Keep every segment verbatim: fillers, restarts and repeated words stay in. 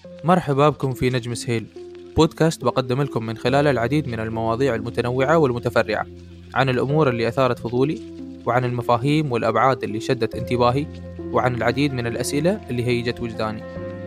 مرحبا بكم في نجم سهيل، بودكاست بقدم لكم من خلاله العديد من المواضيع المتنوعة والمتفرعة عن الأمور اللي أثارت فضولي، وعن المفاهيم والأبعاد اللي شدت انتباهي، وعن العديد من الأسئلة اللي هيجت وجداني.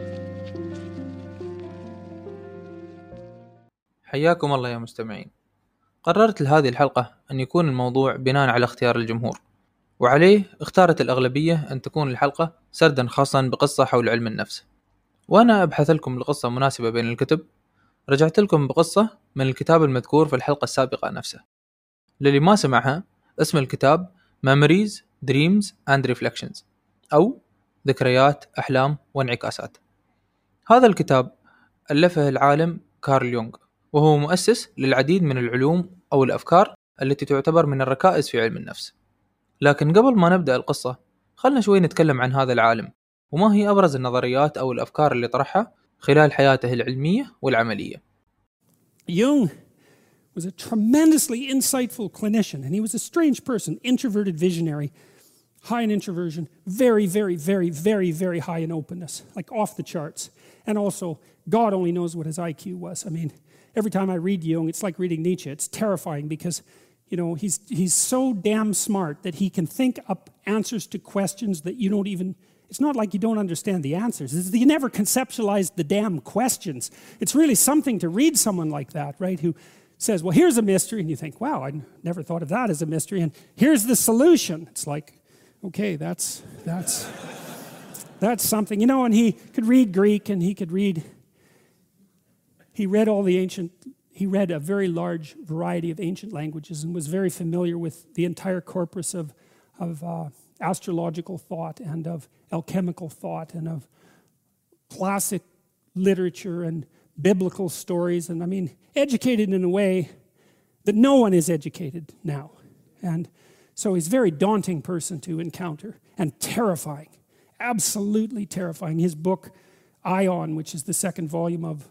حياكم الله يا مستمعين. قررت لهذه الحلقة أن يكون الموضوع بناء على اختيار الجمهور، وعليه اختارت الأغلبية أن تكون الحلقة سردا خاصا بقصة حول علم النفس. وأنا أبحث لكم القصة مناسبة بين الكتب، رجعت لكم بقصة من الكتاب المذكور في الحلقة السابقة نفسها. للي ما سمعها، اسم الكتاب Memories, Dreams and Reflections، أو ذكريات، أحلام وانعكاسات. هذا الكتاب ألفه العالم كارل يونغ، وهو مؤسس للعديد من العلوم أو الأفكار التي تعتبر من الركائز في علم النفس. لكن قبل ما نبدأ القصة، خلنا شوي نتكلم عن هذا العالم، وما هي أبرز النظريات أو الأفكار اللي طرحها خلال حياته العلمية والعملية. Jung was a tremendously insightful clinician, and he was a strange person, introverted visionary, high in introversion, very, very, very, very, very high in openness, like off the charts. And also, God only knows what his I Q was. I mean, every time I read Jung, it's like reading Nietzsche. It's terrifying because, you know, he's he's so damn smart that he can think up answers to questions that you don't even... It's not like you don't understand the answers. It's that you never conceptualized the damn questions. It's really something to read someone like that, right, who says, well, here's a mystery, and you think, wow, I never thought of that as a mystery, and here's the solution. It's like, okay, that's that's that's something. You know, and he could read Greek, and he could read... He read all the ancient... He read a very large variety of ancient languages and was very familiar with the entire corpus of... of uh, astrological thought and of alchemical thought and of classic literature and biblical stories, and I mean, educated in a way that no one is educated now. And so he's a very daunting person to encounter and terrifying, absolutely terrifying. His book, Ion, which is the second volume of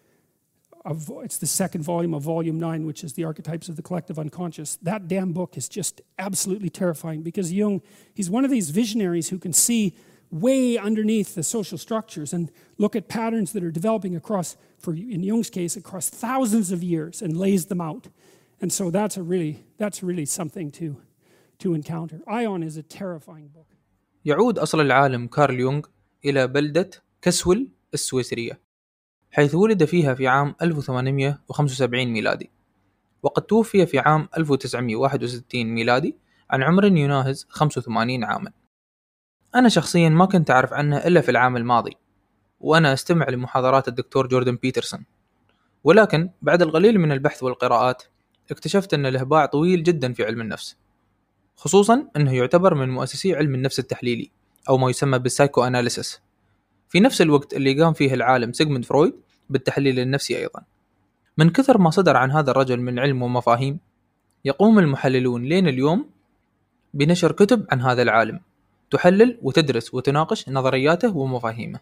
Of, it's the second volume of volume nine, which is the archetypes of the collective unconscious. That damn book is just absolutely terrifying because Jung, he's one of these visionaries who can see way underneath the social structures and look at patterns that are developing across, for in Jung's case, across thousands of years and lays them out. And so that's a really, that's really something to, to encounter. Ion is a terrifying book. يعود أصل العالم كارل يونغ إلى بلدة كسول السويسرية، حيث ولد فيها في عام ألف وثمانمئة وخمسة وسبعين ميلادي، وقد توفي في عام ألف وتسعمئة وواحد وستين ميلادي عن عمر يناهز خمسة وثمانين عاما. أنا شخصيا ما كنت أعرف عنه إلا في العام الماضي، وأنا أستمع لمحاضرات الدكتور جوردن بيترسون، ولكن بعد القليل من البحث والقراءات اكتشفت أن له باع طويل جدا في علم النفس، خصوصا أنه يعتبر من مؤسسي علم النفس التحليلي أو ما يسمى بالسايكو أناليسيس، في نفس الوقت اللي قام فيه العالم سيغموند فرويد بالتحليل النفسي أيضا. من كثر ما صدر عن هذا الرجل من علم ومفاهيم، يقوم المحللون لين اليوم بنشر كتب عن هذا العالم تحلل وتدرس وتناقش نظرياته ومفاهيمه.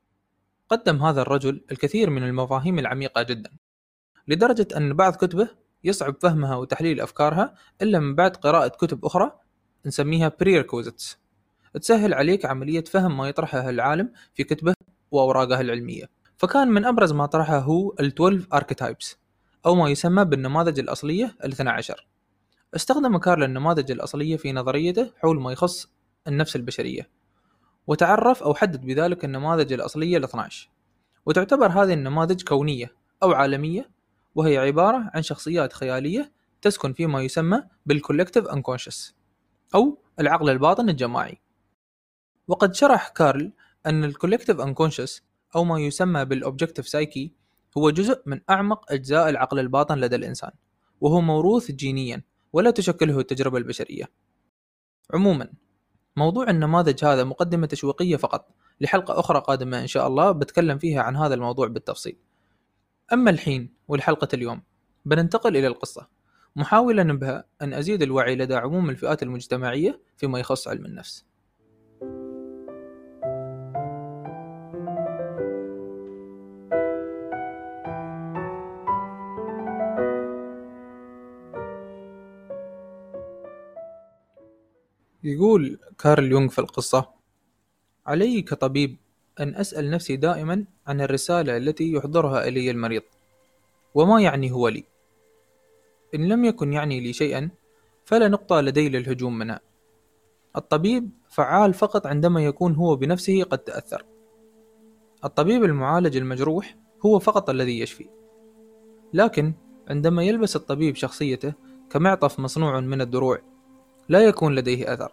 قدم هذا الرجل الكثير من المفاهيم العميقة جدا، لدرجة أن بعض كتبه يصعب فهمها وتحليل أفكارها إلا من بعد قراءة كتب أخرى نسميها prerequisites تسهل عليك عملية فهم ما يطرحه العالم في كتبه وأوراقه العلمية. فكان من أبرز ما طرحه هو ال اثنا عشر archetypes، أو ما يسمى بالنماذج الأصلية الاثنى عشر. استخدم كارل النماذج الأصلية في نظريته حول ما يخص النفس البشرية، وتعرف أو حدد بذلك النماذج الأصلية الاثنى عشر. وتعتبر هذه النماذج كونية أو عالمية، وهي عبارة عن شخصيات خيالية تسكن فيما يسمى بالcollective unconscious أو العقل الباطن الجماعي. وقد شرح كارل أن الكولكتيف أنكونشس أو ما يسمى بالأوبجكتيف سايكي هو جزء من أعمق أجزاء العقل الباطن لدى الإنسان، وهو موروث جينيا ولا تشكله التجربة البشرية. عموما، موضوع النماذج هذا مقدمة تشويقية فقط لحلقة أخرى قادمة إن شاء الله بتكلم فيها عن هذا الموضوع بالتفصيل. أما الحين والحلقة اليوم بننتقل إلى القصة، محاولا بها أن أزيد الوعي لدى عموم الفئات المجتمعية فيما يخص علم النفس. يقول كارل يونغ في القصة: علي كطبيب أن أسأل نفسي دائما عن الرسالة التي يحضرها إلي المريض، وما يعني هو لي؟ إن لم يكن يعني لي شيئا فلا نقطة لدي للهجوم منها. الطبيب فعال فقط عندما يكون هو بنفسه قد تأثر. الطبيب المعالج المجروح هو فقط الذي يشفي. لكن عندما يلبس الطبيب شخصيته كمعطف مصنوع من الدروع لا يكون لديه أثر.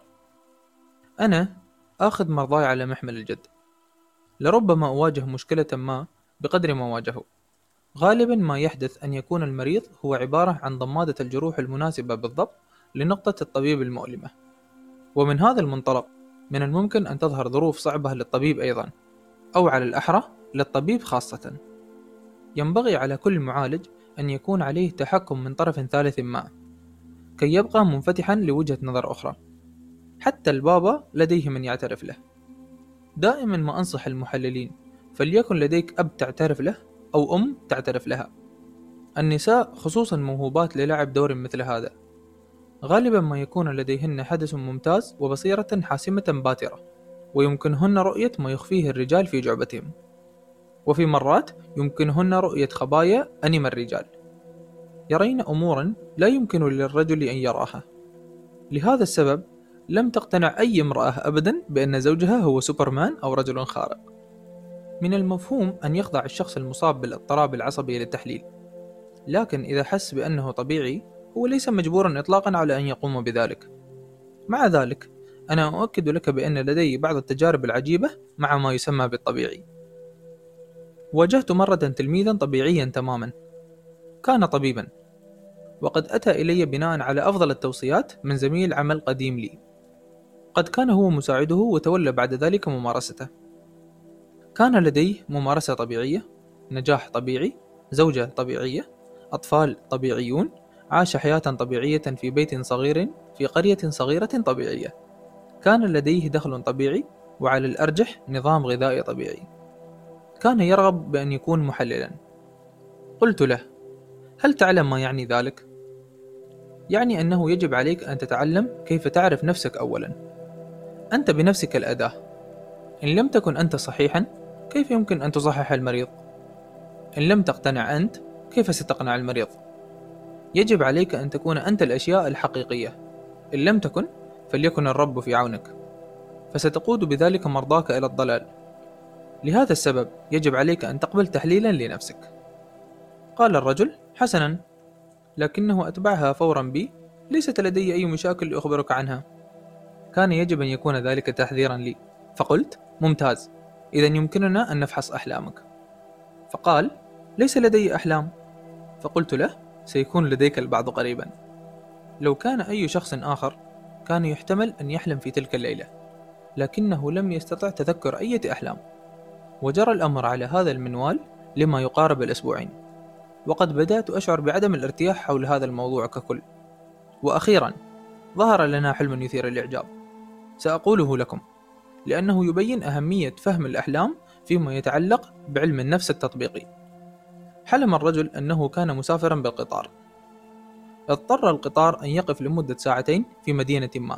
أنا آخذ مرضاي على محمل الجد. لربما أواجه مشكلة ما بقدر ما واجهه. غالبا ما يحدث أن يكون المريض هو عبارة عن ضمادة الجروح المناسبة بالضبط لنقطة الطبيب المؤلمة. ومن هذا المنطلق من الممكن أن تظهر ظروف صعبة للطبيب أيضا، أو على الأحرى للطبيب خاصة. ينبغي على كل معالج أن يكون عليه تحكم من طرف ثالث ما كي يبقى منفتحا لوجهة نظر أخرى. حتى البابا لديه من يعترف له. دائما ما أنصح المحللين فليكن لديك أب تعترف له أو أم تعترف لها. النساء خصوصا موهوبات للعب دور مثل هذا. غالبا ما يكون لديهن حدث ممتاز وبصيرة حاسمة باترة، ويمكنهن رؤية ما يخفيه الرجال في جعبتهم، وفي مرات يمكنهن رؤية خبايا أنم الرجال. يرين أمورا لا يمكن للرجل أن يراها. لهذا السبب لم تقتنع أي امرأة أبدا بأن زوجها هو سوبرمان أو رجل خارق. من المفهوم أن يخضع الشخص المصاب بالاضطراب العصبي للتحليل، لكن إذا حس بأنه طبيعي هو ليس مجبورا إطلاقا على أن يقوم بذلك. مع ذلك أنا أؤكد لك بأن لدي بعض التجارب العجيبة مع ما يسمى بالطبيعي. واجهت مرة تلميذا طبيعيا تماما، كان طبيبا، وقد أتى إلي بناء على أفضل التوصيات من زميل عمل قديم لي. قد كان هو مساعده وتولى بعد ذلك ممارسته. كان لديه ممارسة طبيعية، نجاح طبيعي، زوجة طبيعية، أطفال طبيعيون، عاش حياة طبيعية في بيت صغير في قرية صغيرة طبيعية. كان لديه دخل طبيعي، وعلى الأرجح نظام غذائي طبيعي. كان يرغب بأن يكون محللا. قلت له: هل تعلم ما يعني ذلك؟ يعني أنه يجب عليك أن تتعلم كيف تعرف نفسك أولا. أنت بنفسك الأداة. إن لم تكن أنت صحيحا كيف يمكن أن تصحح المريض؟ إن لم تقتنع أنت كيف ستقنع المريض؟ يجب عليك أن تكون أنت الأشياء الحقيقية. إن لم تكن فليكن الرب في عونك، فستقود بذلك مرضاك إلى الضلال. لهذا السبب يجب عليك أن تقبل تحليلا لنفسك. قال الرجل: حسنا، لكنه أتبعها فورا بي: ليست لدي أي مشاكل لأخبرك عنها. كان يجب أن يكون ذلك تحذيرا لي، فقلت: ممتاز، إذا يمكننا أن نفحص أحلامك. فقال: ليس لدي أحلام. فقلت له: سيكون لديك البعض قريبا. لو كان أي شخص آخر كان يحتمل أن يحلم في تلك الليلة، لكنه لم يستطع تذكر أي أحلام. وجرى الأمر على هذا المنوال لما يقارب الأسبوعين، وقد بدأت أشعر بعدم الارتياح حول هذا الموضوع ككل. وأخيرا ظهر لنا حلم يثير الإعجاب، سأقوله لكم لأنه يبين أهمية فهم الأحلام فيما يتعلق بعلم النفس التطبيقي. حلم الرجل أنه كان مسافرا بالقطار. اضطر القطار أن يقف لمدة ساعتين في مدينة ما،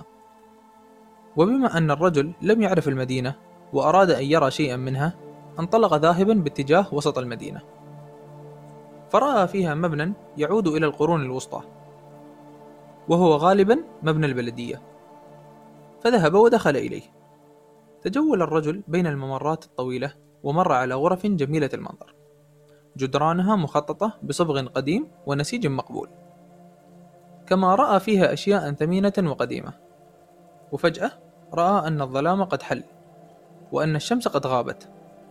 وبما أن الرجل لم يعرف المدينة وأراد أن يرى شيئا منها انطلق ذاهبا باتجاه وسط المدينة، فرأى فيها مبنى يعود إلى القرون الوسطى، وهو غالبا مبنى البلدية، فذهب ودخل إليه. تجول الرجل بين الممرات الطويلة ومر على غرف جميلة المنظر، جدرانها مخططة بصبغ قديم ونسيج مقبول، كما رأى فيها أشياء ثمينة وقديمة. وفجأة رأى أن الظلام قد حل وأن الشمس قد غابت،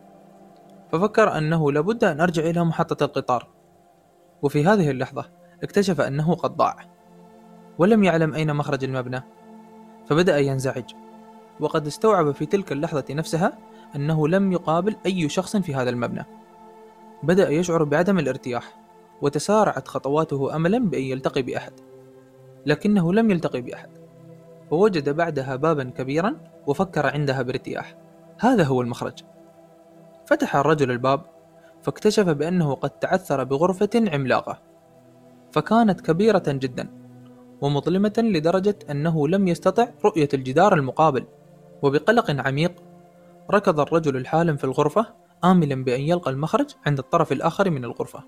ففكر أنه لابد أن أرجع إلى محطة القطار. وفي هذه اللحظة اكتشف أنه قد ضاع ولم يعلم أين مخرج المبنى، فبدأ ينزعج، وقد استوعب في تلك اللحظة نفسها أنه لم يقابل أي شخص في هذا المبنى. بدأ يشعر بعدم الارتياح، وتسارعت خطواته أملا بأن يلتقي بأحد، لكنه لم يلتقي بأحد. ووجد بعدها بابا كبيرا وفكر عندها بارتياح: هذا هو المخرج. فتح الرجل الباب فاكتشف بأنه قد تعثر بغرفة عملاقة، فكانت كبيرة جدا ومظلمة لدرجة أنه لم يستطع رؤية الجدار المقابل. وبقلق عميق ركض الرجل الحالم في الغرفة آملا بأن يلقى المخرج عند الطرف الآخر من الغرفة.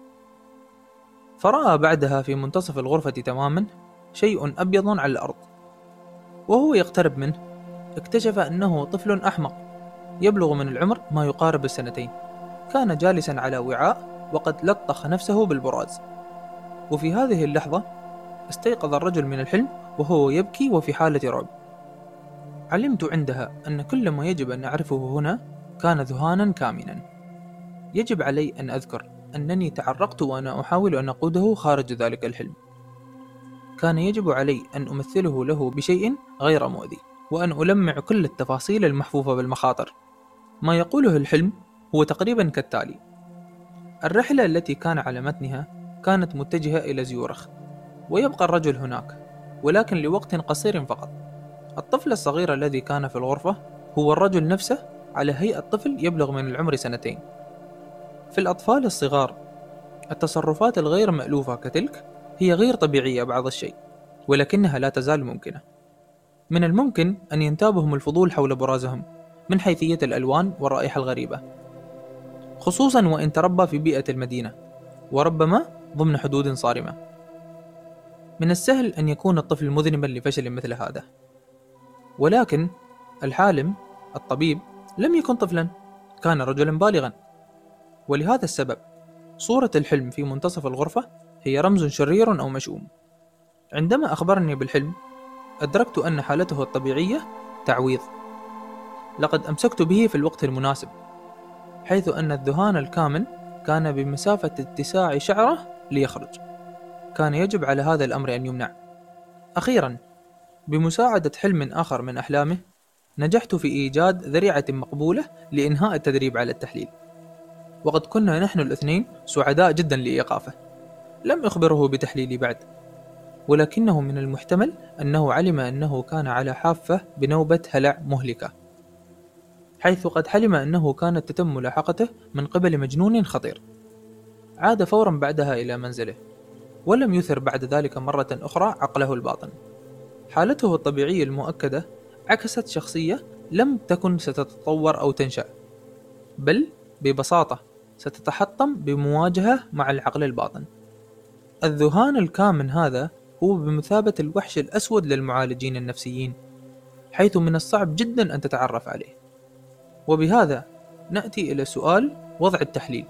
فرأى بعدها في منتصف الغرفة تماما شيء أبيض على الأرض، وهو يقترب منه اكتشف أنه طفل أحمق يبلغ من العمر ما يقارب السنتين، كان جالسا على وعاء وقد لطخ نفسه بالبراز. وفي هذه اللحظة استيقظ الرجل من الحلم وهو يبكي وفي حالة رعب. علمت عندها أن كل ما يجب أن أعرفه هنا كان ذهانا كامنا. يجب علي أن أذكر أنني تعرقت وأنا أحاول أن أقوده خارج ذلك الحلم. كان يجب علي أن أمثله له بشيء غير مؤذي، وأن ألمع كل التفاصيل المحفوفة بالمخاطر. ما يقوله الحلم هو تقريبا كالتالي: الرحلة التي كان على متنها كانت متجهة إلى زيورخ، ويبقى الرجل هناك ولكن لوقت قصير فقط. الطفل الصغير الذي كان في الغرفة هو الرجل نفسه على هيئة طفل يبلغ من العمر سنتين. في الأطفال الصغار التصرفات الغير مألوفة كتلك هي غير طبيعية بعض الشيء، ولكنها لا تزال ممكنة. من الممكن أن ينتابهم الفضول حول برازهم من حيثية الألوان والرائحة الغريبة، خصوصا وإن تربى في بيئة المدينة وربما ضمن حدود صارمة. من السهل أن يكون الطفل مذنبا لفشل مثل هذا، ولكن الحالم الطبيب لم يكن طفلا، كان رجلا بالغا. ولهذا السبب صورة الحلم في منتصف الغرفة هي رمز شرير أو مشؤوم. عندما أخبرني بالحلم أدركت أن حالته الطبيعية تعويض، لقد أمسكت به في الوقت المناسب، حيث أن الذهان الكامن كان بمسافة اتساع شعره ليخرج. كان يجب على هذا الأمر أن يمنع. أخيرا بمساعدة حلم آخر من أحلامه نجحت في إيجاد ذريعة مقبولة لإنهاء التدريب على التحليل، وقد كنا نحن الاثنين سعداء جدا لإيقافه. لم أخبره بتحليلي بعد، ولكنه من المحتمل أنه علم أنه كان على حافة بنوبة هلع مهلكة، حيث قد حلم أنه كانت تتم ملاحقته من قبل مجنون خطير. عاد فورا بعدها إلى منزله، ولم يثر بعد ذلك مرة أخرى عقله الباطن. حالته الطبيعية المؤكدة عكست شخصية لم تكن ستتطور أو تنشأ، بل ببساطة ستتحطم بمواجهة مع العقل الباطن. الذهان الكامن هذا هو بمثابة الوحش الأسود للمعالجين النفسيين، حيث من الصعب جدا أن تتعرف عليه. وبهذا نأتي إلى سؤال وضع التحليل.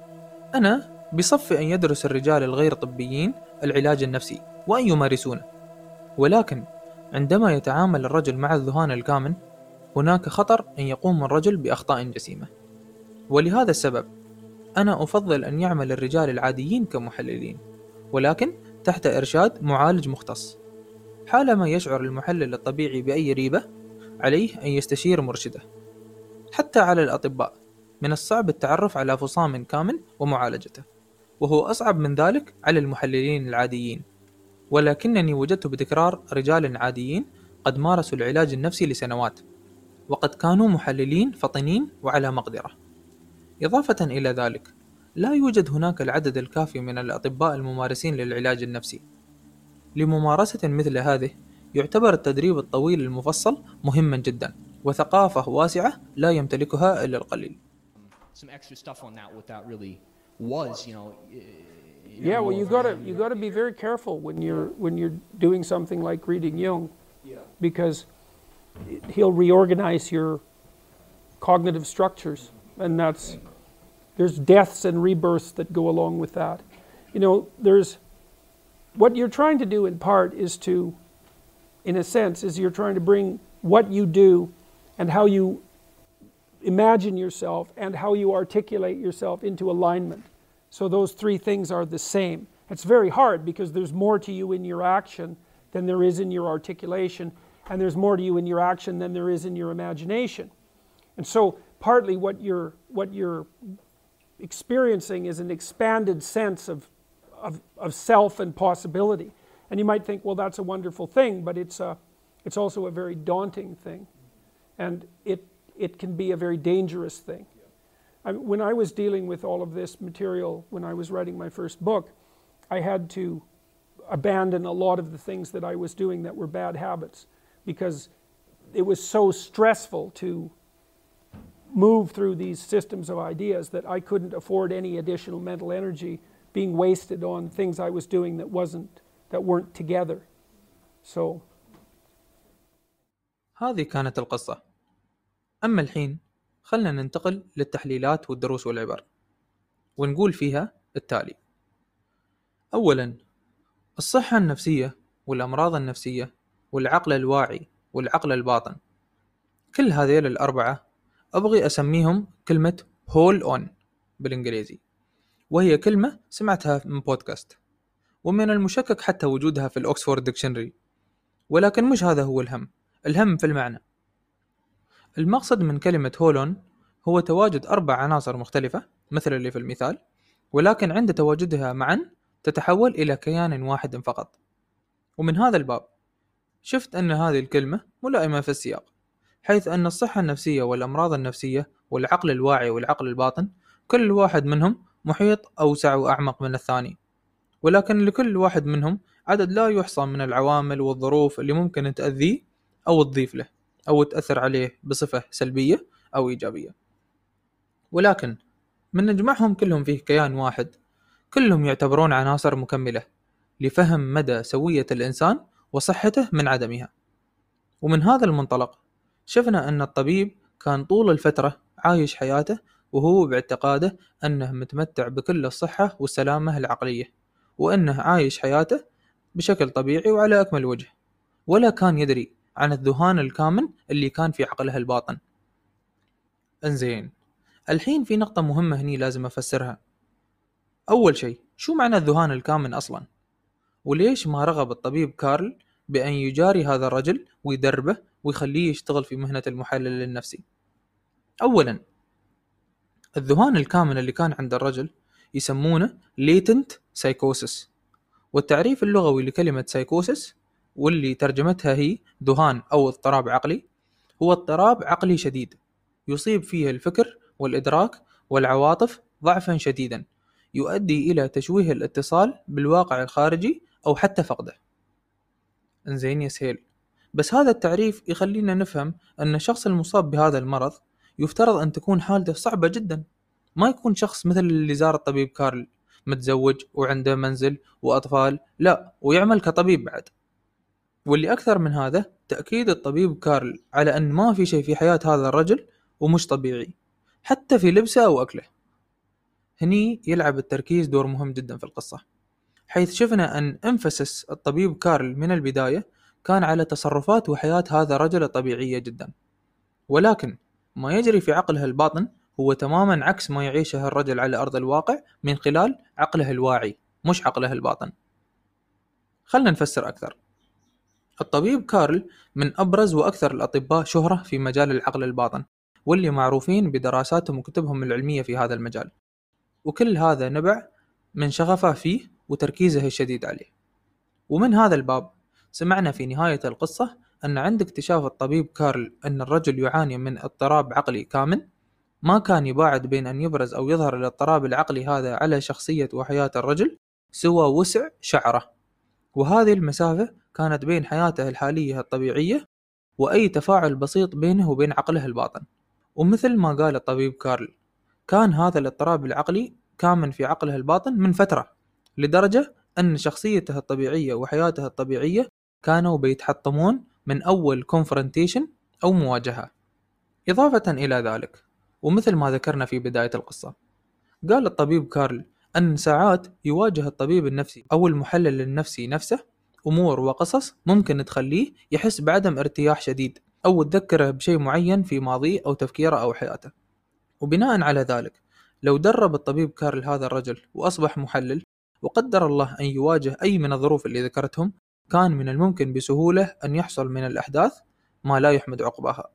أنا بصف أن يدرس الرجال الغير طبيين العلاج النفسي وأن يمارسونه، ولكن عندما يتعامل الرجل مع الذهان الكامن هناك خطر أن يقوم الرجل بأخطاء جسيمة. ولهذا السبب أنا أفضل أن يعمل الرجال العاديين كمحللين، ولكن تحت إرشاد معالج مختص. حالما يشعر المحلل الطبيعي بأي ريبة عليه أن يستشير مرشده. حتى على الأطباء من الصعب التعرف على فصام كامن ومعالجته، وهو أصعب من ذلك على المحللين العاديين. ولكنني وجدت بتكرار رجال عاديين قد مارسوا العلاج النفسي لسنوات، وقد كانوا محللين فطنين وعلى مقدرة. إضافة إلى ذلك لا يوجد هناك العدد الكافي من الأطباء الممارسين للعلاج النفسي. لممارسة مثل هذه يعتبر التدريب الطويل المفصل مهما جدا، وثقافة واسعة لا يمتلكها إلا القليل. Some extra stuff on that, what that really was, you know. Yeah, well, you gotta you gotta be very careful when you're when you're doing something like reading Jung, Yeah. because he'll reorganize your cognitive structures, and that's there's deaths and rebirths that go along with that. You know, there's what you're trying to do in part is to, in a sense, is you're trying to bring what you do and how you imagine yourself and how you articulate yourself into alignment. So those three things are the same. It's very hard because there's more to you in your action than there is in your articulation, and there's more to you in your action than there is in your imagination. And so partly what you're what you're experiencing is an expanded sense of of, of self and possibility. And you might think, well, that's a wonderful thing, but it's a it's also a very daunting thing, and it it can be a very dangerous thing. I, when I was dealing with all of this material, when I was writing my first book, I had to abandon a lot of the things that I was doing that were bad habits, because it was so stressful to move through these systems of ideas that I couldn't afford any additional mental energy being wasted on things I was doing that wasn't that weren't together. So هذه كانت القصة. أما الحين خلنا ننتقل للتحليلات والدروس والعبر، ونقول فيها التالي. أولاً، الصحة النفسية والأمراض النفسية والعقل الواعي والعقل الباطن، كل هذيل الأربعة أبغي أسميهم كلمة whole on بالإنجليزي، وهي كلمة سمعتها من بودكاست، ومن المشكك حتى وجودها في الأكسفورد ديكشنري، ولكن مش هذا هو الهم. الهم في المعنى. المقصد من كلمة whole on هو تواجد أربع عناصر مختلفة مثل اللي في المثال، ولكن عند تواجدها معا تتحول إلى كيان واحد فقط. ومن هذا الباب شفت أن هذه الكلمة ملائمة في السياق، حيث أن الصحة النفسية والأمراض النفسية والعقل الواعي والعقل الباطن كل واحد منهم محيط أوسع وأعمق من الثاني، ولكن لكل واحد منهم عدد لا يحصى من العوامل والظروف اللي ممكن تأذيه أو تضيف له أو تأثر عليه بصفة سلبية أو إيجابية. ولكن من نجمعهم كلهم فيه كيان واحد، كلهم يعتبرون عناصر مكملة لفهم مدى سوية الإنسان وصحته من عدمها. ومن هذا المنطلق شفنا أن الطبيب كان طول الفترة عايش حياته وهو باعتقاده أنه متمتع بكل الصحة والسلامة العقلية، وأنه عايش حياته بشكل طبيعي وعلى أكمل وجه، ولا كان يدري عن الذهان الكامن اللي كان في عقله الباطن. انزين، الحين في نقطة مهمة هني لازم أفسرها. أول شيء، شو معنى الذهان الكامن أصلاً؟ وليش ما رغب الطبيب كارل بأن يجاري هذا الرجل ويدربه ويخليه يشتغل في مهنة المحلل النفسي؟ أولاً، الذهان الكامن اللي كان عند الرجل يسمونه latent psychosis، والتعريف اللغوي لكلمة psychosis واللي ترجمتها هي ذهان أو اضطراب عقلي، هو اضطراب عقلي شديد يصيب فيه الفكر والإدراك والعواطف ضعفاً شديداً يؤدي إلى تشويه الاتصال بالواقع الخارجي أو حتى فقده. انزين يسهل، بس هذا التعريف يخلينا نفهم أن الشخص المصاب بهذا المرض يفترض أن تكون حالته صعبة جدا، ما يكون شخص مثل اللي زار الطبيب كارل متزوج وعنده منزل وأطفال، لا، ويعمل كطبيب بعد. واللي أكثر من هذا تأكيد الطبيب كارل على أن ما في شيء في حياة هذا الرجل ومش طبيعي، حتى في لبسه أو أكله. هني يلعب التركيز دور مهم جدا في القصة، حيث شفنا أن أنفسس الطبيب كارل من البداية كان على تصرفات وحياة هذا الرجل طبيعية جدا، ولكن ما يجري في عقله الباطن هو تماما عكس ما يعيشه الرجل على أرض الواقع من خلال عقله الواعي مش عقله الباطن. خلنا نفسر أكثر. الطبيب كارل من أبرز وأكثر الأطباء شهرة في مجال العقل الباطن، واللي معروفين بدراساتهم وكتبهم العلمية في هذا المجال، وكل هذا نبع من شغفه فيه وتركيزه الشديد عليه. ومن هذا الباب سمعنا في نهاية القصة أن عند اكتشاف الطبيب كارل أن الرجل يعاني من اضطراب عقلي كامن، ما كان يباعد بين أن يبرز أو يظهر الاضطراب العقلي هذا على شخصية وحياة الرجل سوى وسع شعره، وهذه المسافة كانت بين حياته الحالية الطبيعية وأي تفاعل بسيط بينه وبين عقله الباطن. ومثل ما قال الطبيب كارل، كان هذا الاضطراب العقلي كامن في عقله الباطن من فترة، لدرجة أن شخصيته الطبيعية وحياته الطبيعية كانوا بيتحطمون من أول confrontation أو مواجهة. إضافة إلى ذلك، ومثل ما ذكرنا في بداية القصة، قال الطبيب كارل أن ساعات يواجه الطبيب النفسي أو المحلل النفسي نفسه أمور وقصص ممكن تخليه يحس بعدم ارتياح شديد أو تذكره بشيء معين في ماضيه أو تفكيره أو حياته. وبناء على ذلك، لو درب الطبيب كارل هذا الرجل وأصبح محلل وقدر الله أن يواجه أي من الظروف اللي ذكرتهم، كان من الممكن بسهولة أن يحصل من الأحداث ما لا يحمد عقباها.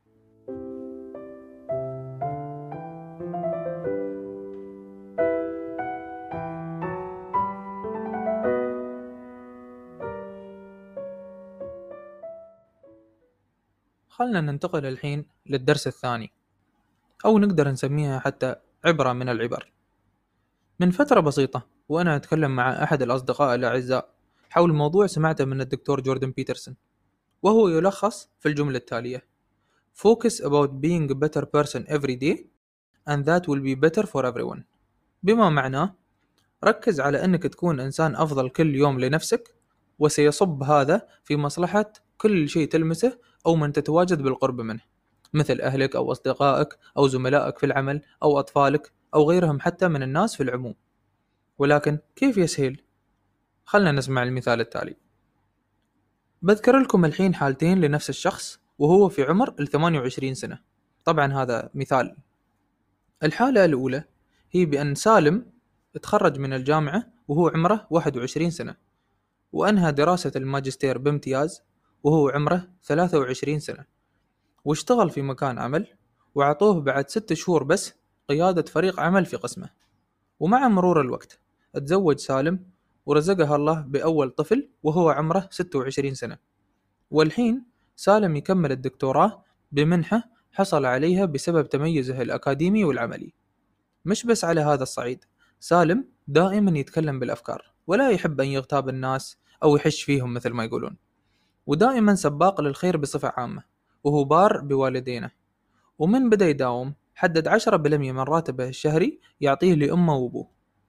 خلنا ننتقل الحين للدرس الثاني، أو نقدر نسميها حتى عبرة من العبر. من فترة بسيطة وأنا أتكلم مع أحد الأصدقاء الأعزاء حول موضوع سمعته من الدكتور جوردن بيترسون، وهو يلخص في الجملة التالية: focus about being a better person every day and that will be better for everyone. بما معناه ركز على أنك تكون إنسان أفضل كل يوم لنفسك، وسيصب هذا في مصلحة كل شيء تلمسه أو من تتواجد بالقرب منه، مثل أهلك أو أصدقائك أو زملائك في العمل أو أطفالك أو غيرهم حتى من الناس في العموم. ولكن كيف يسهل؟ خلنا نسمع المثال التالي. بذكر لكم الحين حالتين لنفس الشخص وهو في عمر الثمانية وعشرين سنة. طبعا هذا مثال. الحالة الأولى هي بأن سالم تخرج من الجامعة وهو عمره واحد وعشرين سنة، وأنهى دراسة الماجستير بامتياز وهو عمره ثلاثة وعشرين سنة، واشتغل في مكان عمل وعطوه بعد ست شهور بس قيادة فريق عمل في قسمه. ومع مرور الوقت تزوج سالم ورزقها الله بأول طفل وهو عمره ستة وعشرين سنة، والحين سالم يكمل الدكتوراه بمنحة حصل عليها بسبب تميزه الأكاديمي والعملي. مش بس على هذا الصعيد، سالم دائما يتكلم بالأفكار ولا يحب أن يغتاب الناس أو يحش فيهم مثل ما يقولون، ودائما سباق للخير بصفة عامة، وهو بار بوالدينه. ومن بدأ يداوم حدد عشرة بالمئة من راتبه الشهري يعطيه لأمه وأبوه.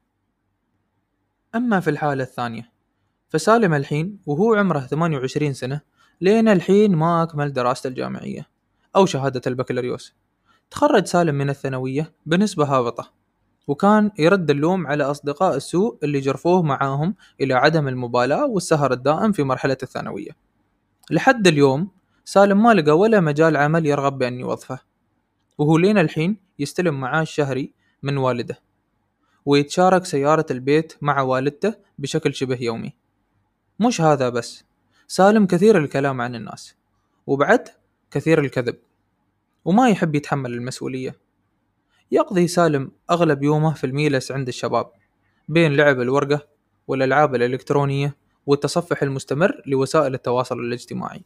أما في الحالة الثانية فسالم الحين وهو عمره ثمانية وعشرين سنة لين الحين ما أكمل دراسته الجامعية أو شهادة البكالوريوس. تخرج سالم من الثانوية بنسبة هابطة، وكان يرد اللوم على أصدقاء السوء اللي جرفوه معاهم إلى عدم المبالاة والسهر الدائم في مرحلة الثانوية. لحد اليوم سالم ما لقى ولا مجال عمل يرغب بأن يوظفه، وهو لين الحين يستلم معاش شهري من والده، ويتشارك سيارة البيت مع والدته بشكل شبه يومي. مش هذا بس، سالم كثير الكلام عن الناس، وبعد كثير الكذب، وما يحب يتحمل المسؤولية. يقضي سالم أغلب يومه في الميلس عند الشباب بين لعب الورقة والألعاب الإلكترونية والتصفح المستمر لوسائل التواصل الاجتماعي.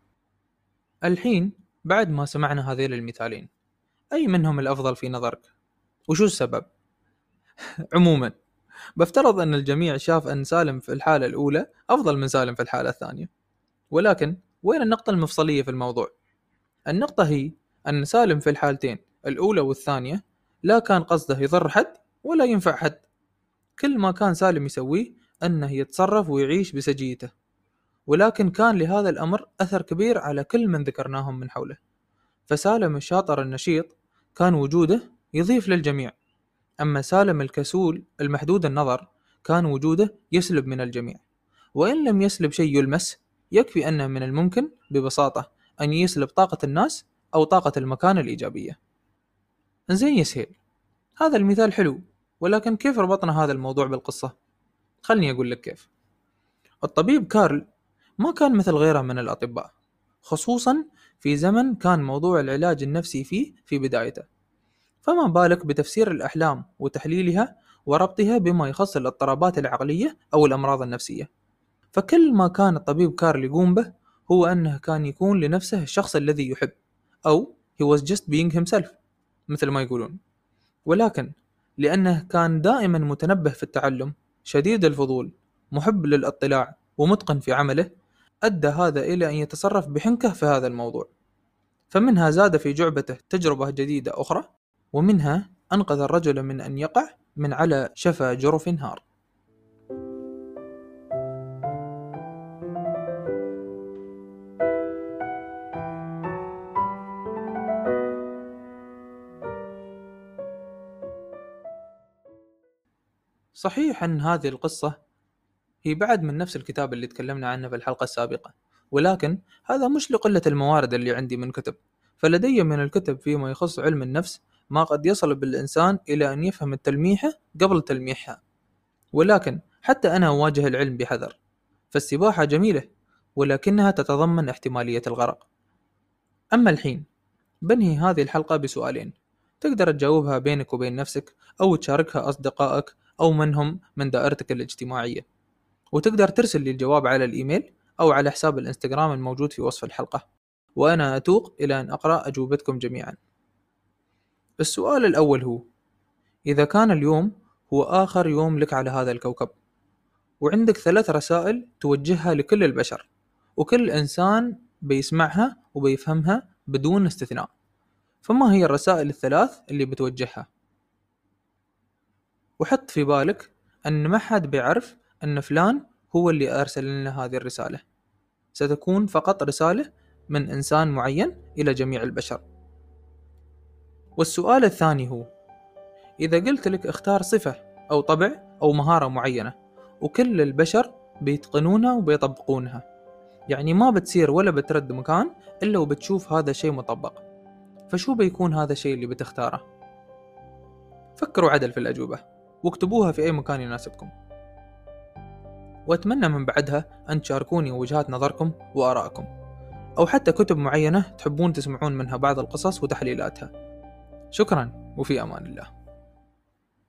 الحين بعد ما سمعنا هذين المثالين، أي منهم الأفضل في نظرك؟ وشو السبب؟ عموما بفترض أن الجميع شاف أن سالم في الحالة الأولى أفضل من سالم في الحالة الثانية، ولكن وين النقطة المفصلية في الموضوع؟ النقطة هي أن سالم في الحالتين الأولى والثانية لا كان قصده يضر حد ولا ينفع حد. كل ما كان سالم يسويه أنه يتصرف ويعيش بسجيته، ولكن كان لهذا الأمر أثر كبير على كل من ذكرناهم من حوله. فسالم الشاطر النشيط كان وجوده يضيف للجميع، أما سالم الكسول المحدود النظر كان وجوده يسلب من الجميع، وإن لم يسلب شيء يلمس يكفي أنه من الممكن ببساطة أن يسلب طاقة الناس أو طاقة المكان الإيجابية. زين يسهل، هذا المثال حلو، ولكن كيف ربطنا هذا الموضوع بالقصة؟ خلني أقول لك كيف. الطبيب كارل ما كان مثل غيره من الأطباء، خصوصا في زمن كان موضوع العلاج النفسي فيه في بدايته، فما بالك بتفسير الأحلام وتحليلها وربطها بما يخص الاضطرابات العقلية أو الأمراض النفسية. فكل ما كان الطبيب كارل يقوم به هو أنه كان يكون لنفسه الشخص الذي يحب، أو he was just being himself مثل ما يقولون. ولكن لأنه كان دائما متنبه في التعلم، شديد الفضول، محب للاطلاع، ومتقن في عمله، أدى هذا إلى أن يتصرف بحنكة في هذا الموضوع. فمنها زاد في جعبته تجربة جديدة أخرى، ومنها أنقذ الرجل من أن يقع من على شفا جرف نهار. صحيح أن هذه القصة هي بعد من نفس الكتاب اللي تكلمنا عنه في الحلقة السابقة، ولكن هذا مش لقلة الموارد اللي عندي من كتب، فلدي من الكتب فيما يخص علم النفس ما قد يصل بالإنسان إلى أن يفهم التلميحة قبل تلميحها. ولكن حتى أنا أواجه العلم بحذر، فالسباحة جميلة ولكنها تتضمن احتمالية الغرق. أما الحين بنهي هذه الحلقة بسؤالين تقدر تجاوبها بينك وبين نفسك، أو تشاركها أصدقائك أو منهم من دائرتك الاجتماعية، وتقدر ترسل لي الجواب على الإيميل أو على حساب الإنستغرام الموجود في وصف الحلقة، وأنا أتوق إلى أن أقرأ أجوبتكم جميعا. السؤال الأول هو: إذا كان اليوم هو آخر يوم لك على هذا الكوكب، وعندك ثلاث رسائل توجهها لكل البشر، وكل إنسان بيسمعها وبيفهمها بدون استثناء. فما هي الرسائل الثلاث اللي بتوجهها؟ وحط في بالك أن ما حد بيعرف أن فلان هو اللي أرسل لنا هذه الرسالة، ستكون فقط رسالة من إنسان معين إلى جميع البشر. والسؤال الثاني هو: إذا قلت لك اختار صفة أو طبع أو مهارة معينة وكل البشر بيتقنونها وبيطبقونها، يعني ما بتصير ولا بترد مكان إلا وبتشوف هذا الشيء مطبق، فشو بيكون هذا الشيء اللي بتختاره؟ فكروا عدل في الأجوبة واكتبوها في أي مكان يناسبكم، وأتمنى من بعدها أن تشاركوني وجهات نظركم وآرائكم، أو حتى كتب معينة تحبون تسمعون منها بعض القصص وتحليلاتها. شكرا، وفي أمان الله.